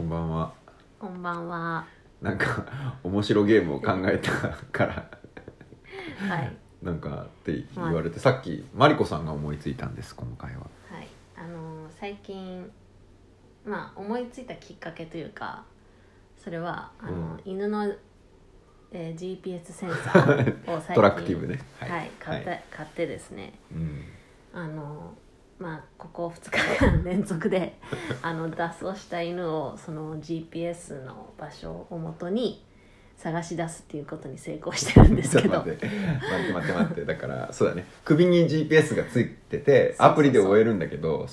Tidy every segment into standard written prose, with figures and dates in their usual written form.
んばんは。 こんばんは。 なんか面白ゲームを考えたからはい。 なんかって言われて、さっきマリコさんが思いついたんです、今回は。 はい。最近思いついたきっかけというか、それは犬の、GPS センサーを最近トラクティブね。 はい、買ってですね。 うん。 ここ2日間連続で脱走した犬をその GPS の場所をもとに探し出すっていうことに成功してるんですけど待ってだからそうだね、首に GPS がついててアプリで追えるんだけど、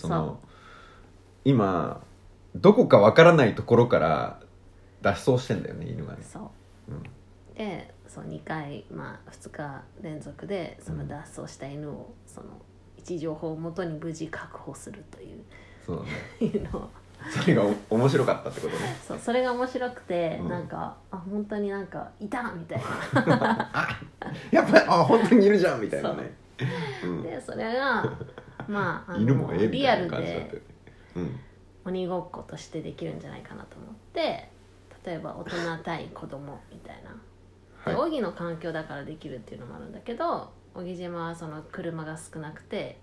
今どこかわからないところから脱走してんだよね、犬がね。 そう、で2回、2日連続でその脱走した犬をその位置情報をもとに無事確保するという、 そうだねいうのをそれが面白かったってことね。 そう、それが面白くて、なんか本当になんかいたみたいなやっぱり本当にいるじゃんみたいなね。 でそれが犬もみリアルたいな感じだったよでね。 鬼ごっことしてできるんじゃないかなと思って、例えば大人対子供みたいなで、小木の環境だからできるっていうのもあるんだけど、小木島はその車が少なくて、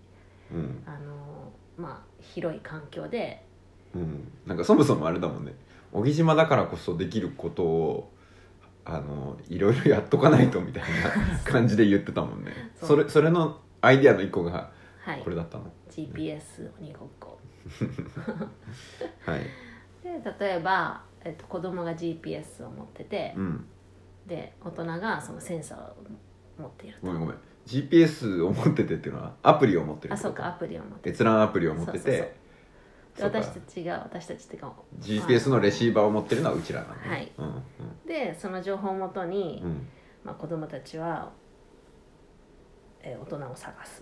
広い環境で、 なんかそもそもあれだもんね、小木島だからこそできることをいろいろやっとかないとみたいな感じで言ってたもんねそれのアイディアの一個がこれだったの、 GPS 鬼ごっこはいで、例えば、子供が GPS を持ってて、で大人がそのセンサーを持っていると。 ごめん GPS を持っててっていうのはアプリを持ってるってこと。 そうか、アプリを持ってて、 閲覧アプリを持ってて、 私たちっていうか GPS のレシーバーを持ってるのはうちらなんで、 はい、でその情報をもとに、子供たちは、大人を探す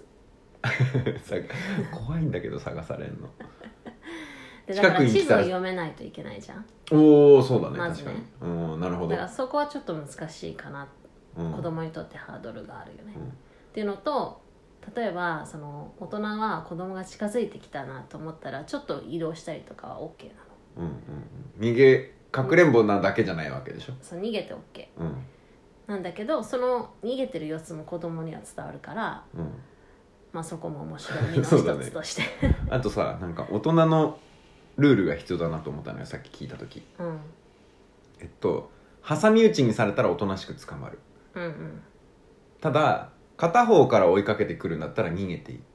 怖いんだけど探されんので、だから地図を読めないといけないじゃん。 おお、そうだね、 まずね、 確かに。なるほど。 だからそこはちょっと難しいかな、子供にとってハードルがあるよね、っていうのと、例えばその大人は子供が近づいてきたなと思ったらちょっと移動したりとかは OK なの。 逃げかくれんぼなだけじゃないわけでしょ。 そう、逃げて OK、なんだけど、その逃げてる様子も子供には伝わるから、そこも面白いの一つとしてあとさ、なんか大人のルールが必要だなと思ったのよ、さっき聞いた時。挟み撃ちにされたらおとなしく捕まる、ただ片方から追いかけてくるんだったら逃げていい。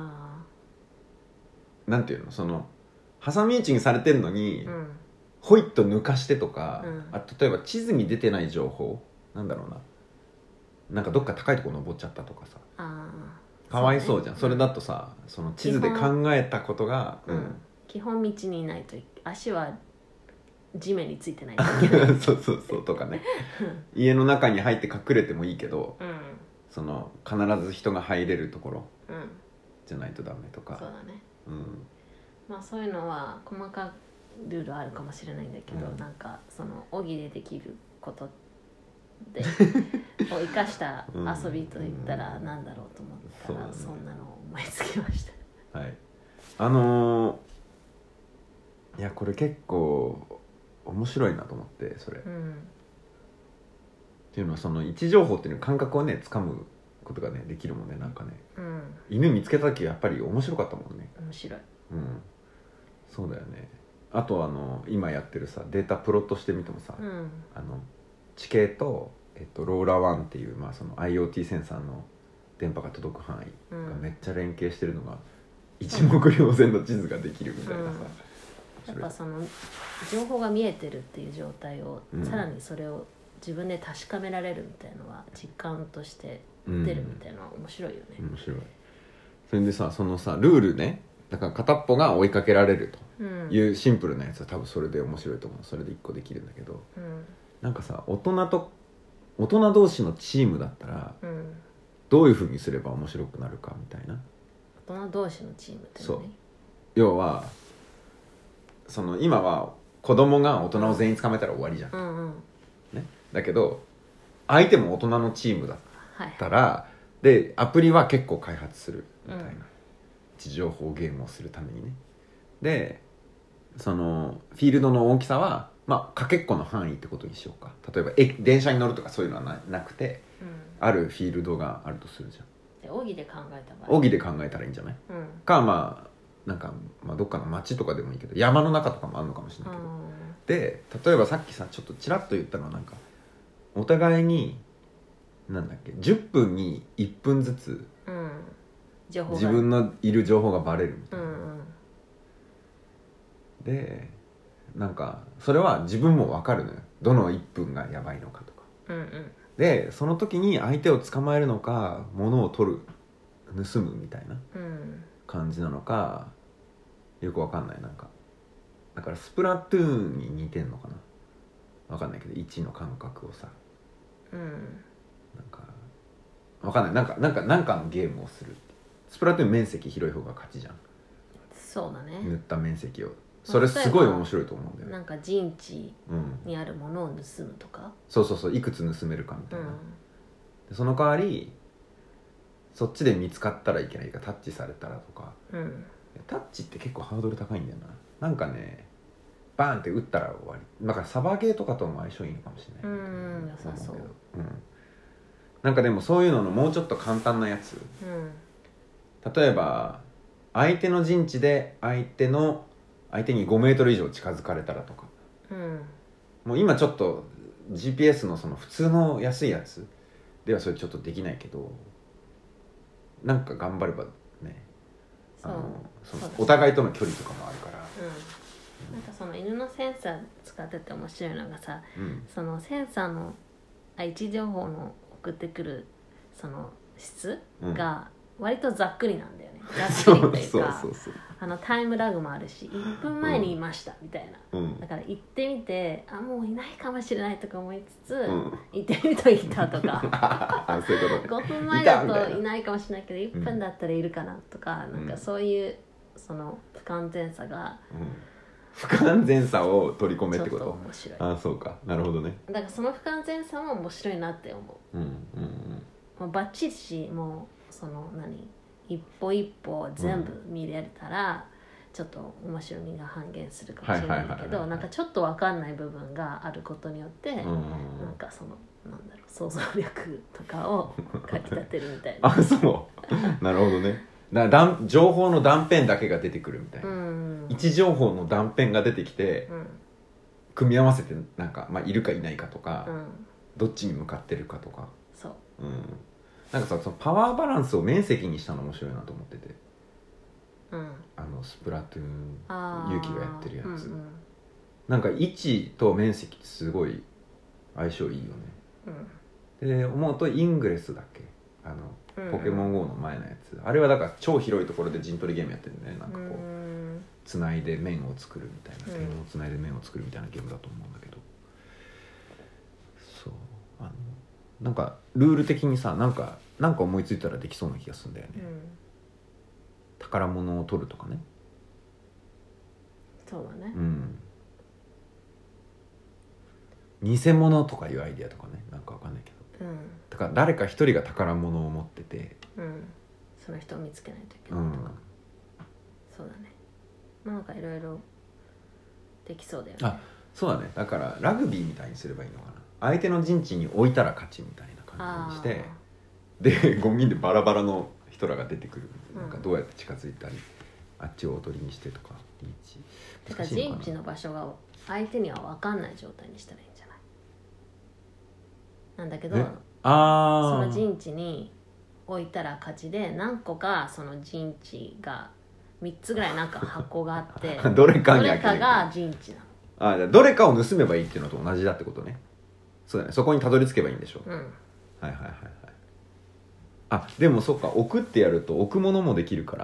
なんていうの、その挟み撃ちにされてんのに、ホイッと抜かしてとか、例えば地図に出てない情報、なんだろうな、なんかどっか高いとこ登っちゃったとかさ、かわいそうじゃん。それだとさ、その地図で考えたことが、 基本道にいないと、足は地面についてないといけないそうとかね家の中に入って隠れてもいいけど、その必ず人が入れるところじゃないとダメとか、 そうだね、そういうのは細かいルールあるかもしれないんだけど、なんかその小木でできることでを生かした遊びといったらなんだろうと思ったら、そんなのを思いつきました。 はい、いやこれ結構面白いなと思って、それ、っていうのは、その位置情報っていうの感覚をね掴むことがねできるもんね。なんかね、犬見つけた時やっぱり面白かったもんね。 面白い。 そうだよね。あと今やってるさデータプロットしてみてもさ、地形と、ローラワンっていう、その IoT センサーの電波が届く範囲がめっちゃ連携してるのが、一目瞭然の地図ができるみたいなさ、 やっぱその情報が見えてるっていう状態を、さらにそれを自分で確かめられるみたいなのは実感として出るみたいなのは面白いよね。 面白い。それでさ、そのさルールね、だから片っぽが追いかけられるというシンプルなやつは多分それで面白いと思う。それで一個できるんだけど、なんかさ、大人同士のチームだったら、どういう風にすれば面白くなるかみたいな。 大人同士のチームってね、 そう要はその今は子供が大人を全員捕まえたら終わりじゃん、ね、だけど相手も大人のチームだったら、でアプリは結構開発するみたいな、位置情報ゲームをするためにね。でそのフィールドの大きさはまあかけっこの範囲ってことにしようか。例えば電車に乗るとかそういうのはなくて、あるフィールドがあるとするじゃん。 で奥義で考えた場合、 奥義で考えたらいいんじゃない、かまあなんか、まあ、どっかの町とかでもいいけど山の中とかもあるのかもしれないけど、で例えばさっきさちょっとちらっと言ったのはなんかお互いになんだっけ10分に1分ずつ、自分のいる情報がバレるみたいな、でなんかそれは自分も分かるのよ、どの1分がやばいのかとか、でその時に相手を捕まえるのか物を取る盗むみたいな感じなのか、よく分かんない。なんかだからスプラトゥーンに似てんのかな、分かんないけど1の感覚をさ、なんか分かんない、なんかのゲームをする。スプラトゥーン面積広い方が勝ちじゃん。 そうだね、 塗った面積を、それすごい面白いと思うんだよね。 なんか陣地にあるものを盗むとか、 そういくつ盗めるかみたいな、でその代わりそっちで見つかったらいけないか、タッチされたらとか、タッチって結構ハードル高いんだよな。なんかねバーンって打ったら終わり。だからサバゲーとかとも相性いいのかもしれない。 良さそう。 なんかでもそういうののもうちょっと簡単なやつ、例えば相手の陣地で相手に5メートル以上近づかれたらとか、もう今ちょっと GPS のその普通の安いやつではそれちょっとできないけど、なんか頑張ればね、お互いとの距離とかもあるから、 なんかその犬のセンサー使ってて面白いのがさ、そのセンサーの位置情報の送ってくるその質が割とざっくりなんだよね、ざっくりっていうかタイムラグもあるし1分前にいましたみたいな、だから行ってみてもういないかもしれないとか思いつつ、行ってみるといたとかそういうことね、 5分前だといないかもしれないけど1分だったらいるかなとか、なんかそういうその不完全さが、 不完全さを取り込めってこと。 ちょっと面白い。 そうか、なるほどね。 だからその不完全さも面白いなって思う。もうバッチリし、もうその一歩一歩全部見れたら、ちょっと面白みが半減するかもしれないんだけど、なんかちょっと分かんない部分があることによって、なんかそのなんだろう、想像力とかをかきたてるみたいな。 そうなるほどね。情報の断片だけが出てくるみたいな、位置情報の断片が出てきて、組み合わせてなんか、いるかいないかとか、どっちに向かってるかとか、 そう、 なんかさ、そのパワーバランスを面積にしたの面白いなと思ってて、スプラトゥーン勇気がやってるやつ、なんか位置と面積ってすごい相性いいよね、で思うとイングレスだっけ、ポケモン GO の前のやつ、あれはだから超広いところで陣取りゲームやってるね。なんかこうつないで面を作るみたいな、点をつないで面を作るみたいなゲームだと思うんだけど、そうなんかルール的にさ、なんか思いついたらできそうな気がするんだよね、宝物を取るとかね。 そうだね、 偽物とかいうアイデアとかね、なんかわかんないけど、だから誰か一人が宝物を持ってて、 その人を見つけないといけないとか、そうだね、なんかいろいろできそうだよね。 そうだね。だからラグビーみたいにすればいいのかな。相手の陣地に置いたら勝ちみたいな感じにして、で5人でバラバラの人らが出てくる、なんかどうやって近づいたり、あっちをおとりにしてとか、 だから陣地の場所が相手には分かんない状態にしたらいいんじゃない。なんだけどその陣地に置いたら勝ちで、何個かその陣地が3つぐらいなんか箱があってどれかが陣地なの。どれかを盗めばいいっていうのと同じだってことね。そうだね、そこにたどり着けばいいんでしょ。でもそっか、置くってやると置くものもできるから、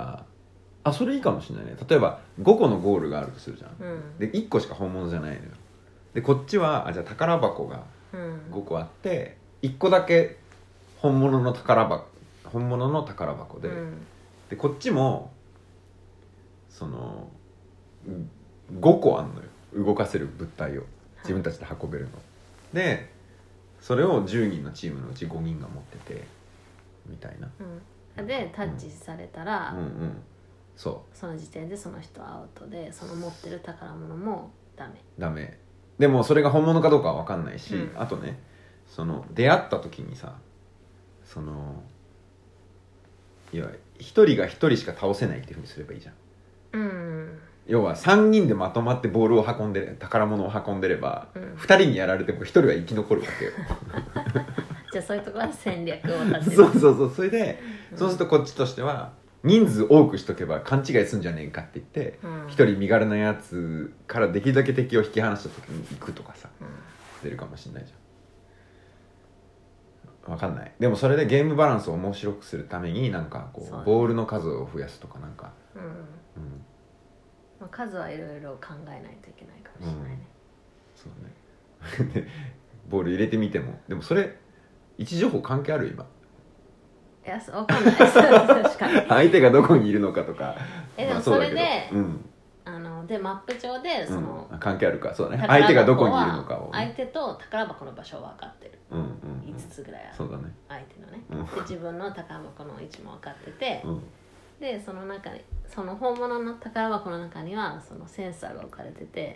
それいいかもしれないね。例えば5個のゴールがあるとするじゃん、で1個しか本物じゃないのよ。でこっちはじゃあ宝箱が5個あって、1個だけ本物の宝箱で、でこっちもその5個あんのよ、動かせる物体を自分たちで運べるの、でそれを10人のチームのうち5人が持っててみたいな、 でタッチされたら、 その時点でその人はアウトで、その持ってる宝物もダメでもそれが本物かどうかは分かんないし、 うんあとねその出会った時にさ、そのいや一人が一人しか倒せないっていうふうにすればいいじゃん。要は3人でまとまってボールを運んで宝物を運んでれば、2人にやられても1人は生き残るわけよじゃあそういうところは戦略を立てる。 そうそれで、そうするとこっちとしては人数多くしとけば勘違いすんじゃねえかって言って、1人身軽なやつからできるだけ敵を引き離した時に行くとかさ、出るかもしんないじゃん。わかんない。でもそれでゲームバランスを面白くするためになんかこうボールの数を増やすとかなんか、 まあ、数はいろいろ考えないといけないかもしれないね。 そうねボール入れてみても、でもそれ位置情報関係ある今。 いや分かんないです確かに相手がどこにいるのかとか。 でもそれで、でマップ上でその、 関係あるか。そうだね、相手がどこにいるのかを、 相手と宝箱の場所は分かってる、5つぐらいある。 そうだね、 相手のね、で自分の宝箱の位置も分かってて、でその中にその本物の宝箱の中にはそのセンサーが置かれてて、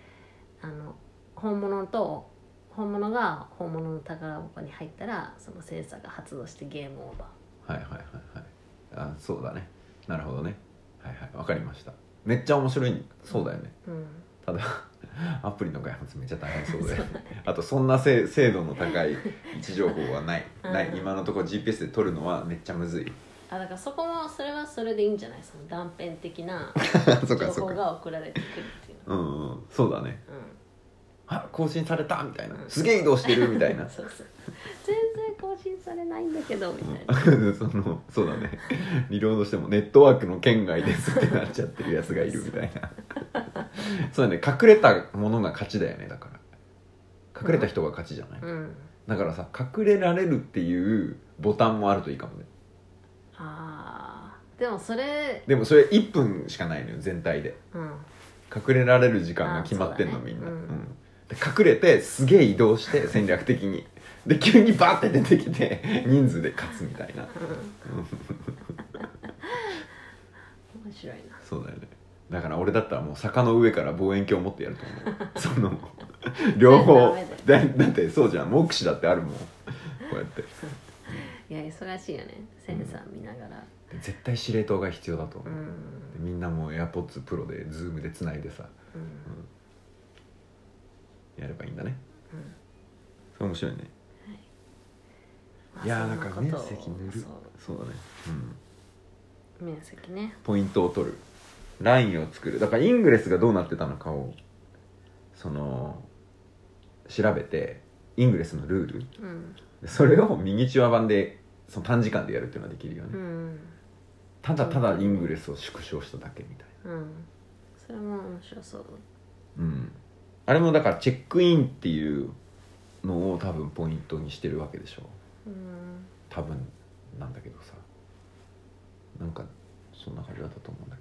本物が本物の宝箱に入ったらそのセンサーが発動してゲームオーバー。あ、そうだね、なるほどね、わかりました。めっちゃ面白い。そうだよね、ただアプリの開発めっちゃ大変そうであとそんな精度の高い位置情報はない、今のところ GPS で撮るのはめっちゃむずい。 だからそこもそれはそれでいいんじゃない、その断片的な情報が送られてくるっていうのそうだね、あ、更新されたみたいな、すげえ移動してるみたいなそう全然更新されないんだけどみたいな、 そうだねリロードしてもネットワークの圏外ですってなっちゃってるやつがいるみたいなそうだね、隠れたものが勝ちだよね。だから隠れた人が勝ちじゃない、だからさ、隠れられるっていうボタンもあるといいかもね。 でもそれ 1分しかないのよ全体で、隠れられる時間が決まってんの、みんな、で隠れてすげえ移動して戦略的にで急にバーって出てきて人数で勝つみたいな、 面白いな。 そうだよね。だから俺だったらもう坂の上から望遠鏡を持ってやると思う両方だってそうじゃん、目視だってあるもんこうやっていや忙しいよね、センサー見ながら、 絶対司令塔が必要だと思う、みんなもう AirPods Pro で Zoom でつないでさ、やればいいんだね、それ面白いね、いやなんか面積塗る、そうだね、 面積ね、 ポイントを取る、ラインを作る。だからイングレスがどうなってたのかを調べて、イングレスのルール、それをミニチュア版でその短時間でやるっていうのはできるよね、ただただイングレスを縮小しただけみたいな、 それも面白そう。 あれもだからチェックインっていうのを多分ポイントにしてるわけでしょ、多分なんだけどさ、なんかそんな感じだったと思うんだ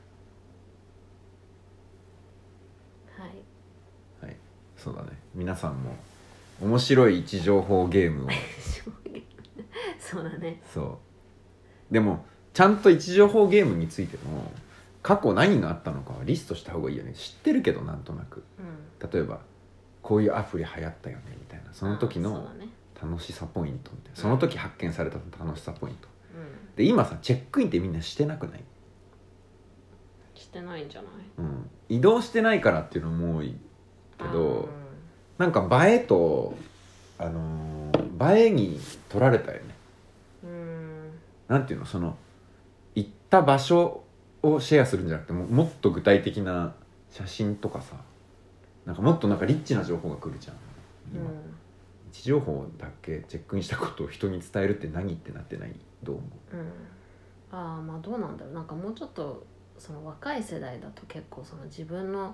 けど、はい、そうだね。皆さんも面白い位置情報ゲームをそうだね。 そうでもちゃんと位置情報ゲームについての過去何があったのかはリストした方がいいよね。知ってるけどなんとなく、例えばこういうアプリ流行ったよねみたいな、その時の楽しさポイントみたいな、その時発見された楽しさポイント、で今さチェックインってみんなしてなくない？ してないんじゃない？ 移動してないからっていうのも多いけど、なんか映えと映えに取られたよね。なんていうの、その行った場所をシェアするんじゃなくてもっと具体的な写真とかさ、なんかもっとなんかリッチな情報が来るじゃん今、位置情報だけチェックインしたことを人に伝えるって何ってなってない？どう思う？ まあどうなんだろう。なんかもうちょっとその若い世代だと結構その自分の、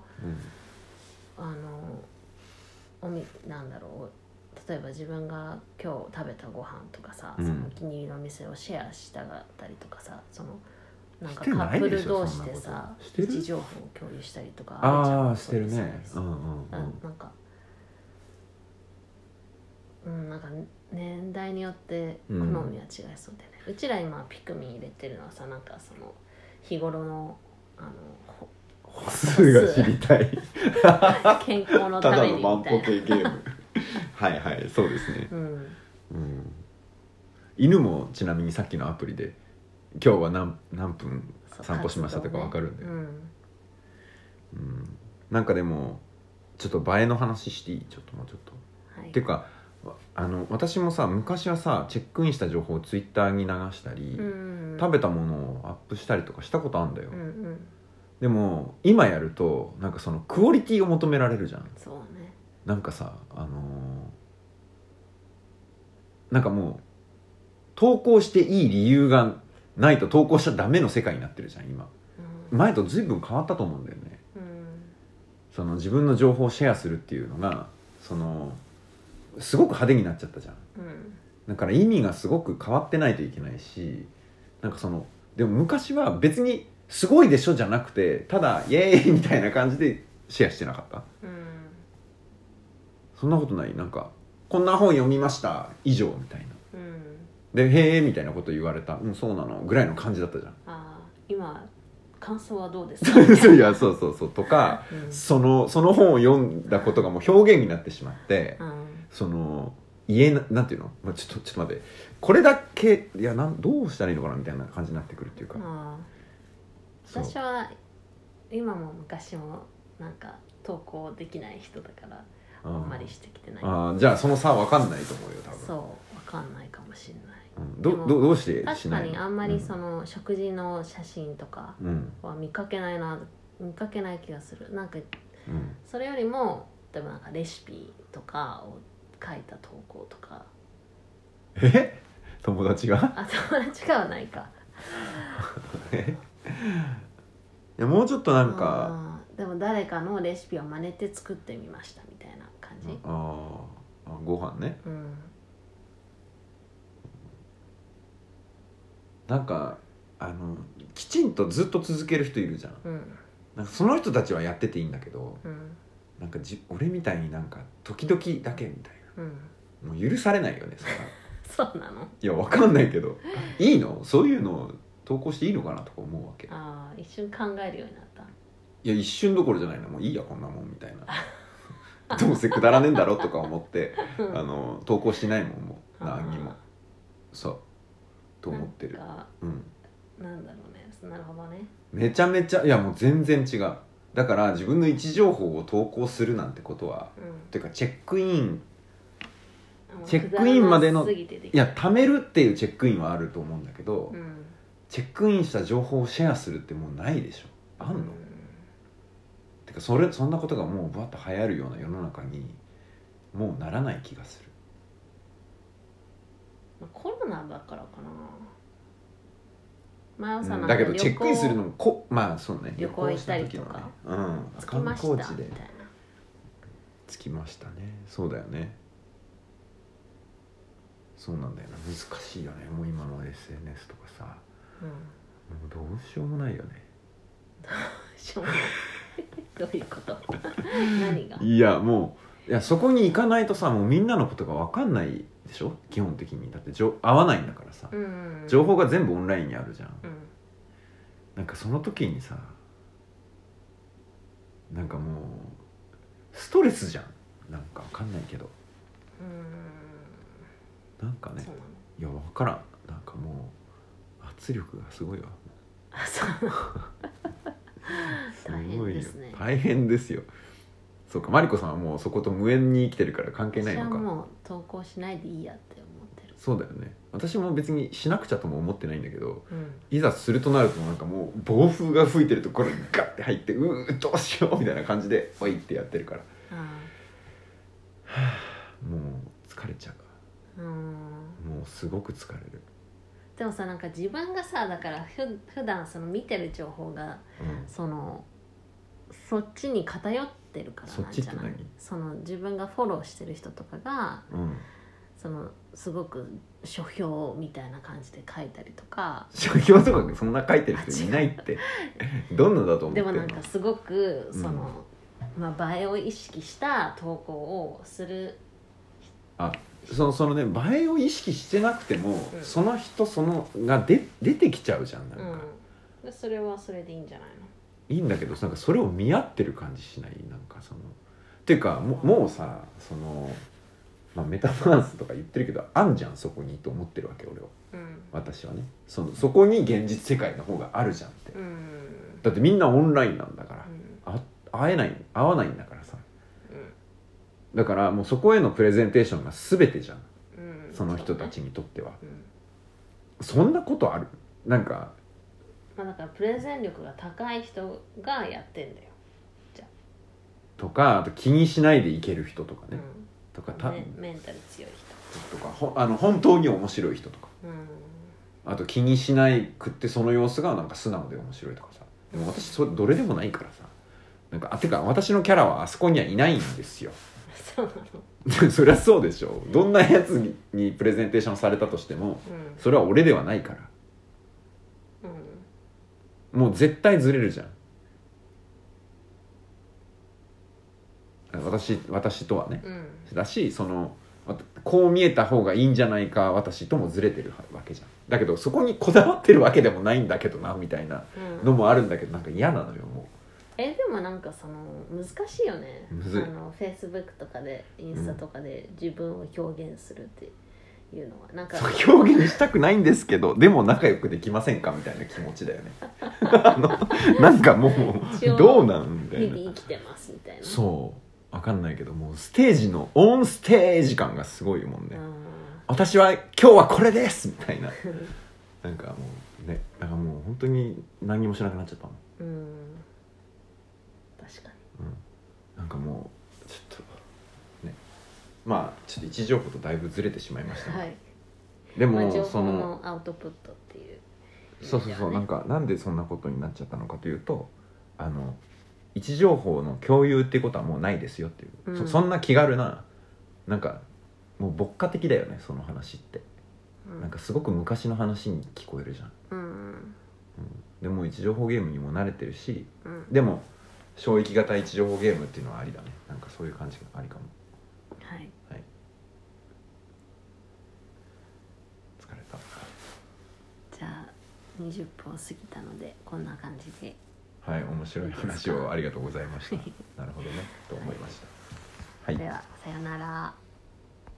なんだろう、例えば自分が今日食べたご飯とかさ、そのお気に入りの店をシェアしたがったりとかさ、そのなんかカップル同士でさ位置情報を共有したりとかあるじゃん。 してるね。 なんか年代によって好みは違いそうでね、うちら今ピクミン入れてるのはさ、なんかその日頃の歩数が知りたい健康のためにみたいな。ただの万歩計ゲームはいはいそうですね、犬もちなみにさっきのアプリで今日は何分散歩しましたとか分かるんで、なんかでもちょっと映えの話していい？ちょっともうちょっと、っていうか私もさ昔はさチェックインした情報をツイッターに流したり、食べたものをアップしたりとかしたことあるんだよ、でも今やるとなんかそのクオリティを求められるじゃん。 そうね。 なんかさなんかもう投稿していい理由がないと投稿しちゃダメの世界になってるじゃん今、前と随分変わったと思うんだよね、その自分の情報をシェアするっていうのがすごく派手になっちゃったじゃん、だから意味がすごく変わってないといけないし、なんかでも昔は別にすごいでしょじゃなくてただイエーイみたいな感じでシェアしてなかった？そんなことない？なんかこんな本読みました以上みたいな、でへえみたいなこと言われた、そうなのぐらいの感じだったじゃん。 今感想はどうですかいやそうとか、その本を読んだことがもう表現になってしまって、なんていうの、ちょっと待って、これだけどうしたらいいのかなみたいな感じになってくるっていうか、 私は今も昔もなんか投稿できない人だからあんまりしてきてない。 じゃあその差分かんないと思うよ多分。 そう分かんないかもしれない、 どうしてしないの？ 確かにあんまり食事の写真とかは見かけない気がする。なんか、それよりも例えばなんかレシピとかを書いた投稿とか。 友達が？ 友達がはないかいやもうちょっとなんかでも誰かのレシピを真似て作ってみましたみたいな感じ。 ご飯ね、なんかきちんとずっと続ける人いるじゃん、なんかその人たちはやってていいんだけど、なんか俺みたいになんか時々だけみたいな、もう許されないよねそうなの？ いやわかんないけどいいの？そういうのを投稿していいのかなとか思うわけ。 一瞬考えるようになった。 いや一瞬どころじゃないな、もういいやこんなもんみたいなどうせくだらねえんだろとか思って投稿しないもん、もう何にもそうと思ってる。 なんだろうね。なるほどね。 めちゃめちゃ、いやもう全然違う。だから自分の位置情報を投稿するなんてことは、てかチェックインまでの、いや貯めるっていうチェックインはあると思うんだけど、チェックインした情報をシェアするってもうないでしょ。あんの？てかそんなことがもうぶわっと流行るような世の中にもうならない気がする。 コロナだからかな。 だけどチェックインするのもそうね、 旅行行ったりとか、着きましたみたいな。 着きましたね。そうだよね。そうなんだよな。難しいよね。もう今の SNS とかさ、もうどうしようもないよね。 どうしようもないどういうこと何が？ いやもうそこに行かないとさ、もうみんなのことが分かんないでしょ基本的に。だって会わないんだからさ、情報が全部オンラインにあるじゃん、なんかその時にさ、なんかもうストレスじゃん。なんか分かんないけど、なんかね、いや分からん。なんかもう圧力がすごいわ。 大変ですね。 大変ですよ。そうか、マリコさんはもうそこと無縁に生きてるから関係ないのか。 私はもう投稿しないでいいやって思ってる。 そうだよね。私も別にしなくちゃとも思ってないんだけど、いざするとなるとなんかもう暴風が吹いてるところにガッて入ってどうしようみたいな感じでおいってやってるから、もう疲れちゃう。もうすごく疲れる。 でもさ、なんか自分がさ、だから普段見てる情報が、そっちに偏ってるからなんじゃない？自分がフォローしてる人とかが、すごく書評みたいな感じで書いたりとか。書評とかそんな書いてる人いないってどんなだと思ってるの？でもなんかすごく映えを意識した投稿をする。 そのね、映えを意識してなくても、その人が出てきちゃうじゃん。なんか、 それはそれでいいんじゃないの？ いいんだけどなんかそれを見合ってる感じしない？なんかそのっていうかもうさその、まあ、メタバースとか言ってるけどあんじゃんそこにと思ってるわけ俺は、私はねそこに現実世界の方があるじゃんって、だってみんなオンラインなんだから、会わないんだからさ、だからもうそこへのプレゼンテーションが全てじゃん、その人たちにとっては、そんなことある？なんかまあだからプレゼン力が高い人がやってんだよじゃあとか、あと気にしないでいける人とかね、とかメンタル強い人とか本当に面白い人とか、あと気にしないくってその様子がなんか素直で面白いとかさ、でも私それどれでもないからさ、なんかてか私のキャラはあそこにはいないんですよ。 そうなのそりゃそうでしょ。どんなやつにプレゼンテーションされたとしても、それは俺ではないから、もう絶対ずれるじゃん。私とはね、だしそのこう見えた方がいいんじゃないか私ともずれてるわけじゃん。だけどそこにこだわってるわけでもないんだけどなみたいなのもあるんだけど、なんか嫌なのよもう。 でもなんかその難しいよね。Facebook とかでインスタとかで自分を表現するっていうのはなんか表現したくないんですけどでも仲良くできませんかみたいな気持ちだよねなんかもうどうなんみたいな、 日々生きてますみたいな。 そう分かんないけどもうステージのオンステージ感がすごいもんね。私は今日はこれですみたいななんかもうね、だからもう本当に何もしなくなっちゃったもん。 確かに、なんかもうちょっとね、まあちょっと位置情報とだいぶずれてしまいましたね、はい、でも、 情報のアウトプットっていう、 そうなんでそんなことになっちゃったのかというと、位置情報の共有っていうことはもうないですよっていう、そんな気軽ななんかもう牧歌的だよねその話って、なんかすごく昔の話に聞こえるじゃん、でも位置情報ゲームにも慣れてるし、でも衝撃型位置情報ゲームっていうのはありだね。なんかそういう感じがありかも。 はい、 はい、疲れた。 じゃあ20分を過ぎたのでこんな感じで、 はい、面白い話をありがとうございましたなるほどねと思いました、はい、 ではさよなら。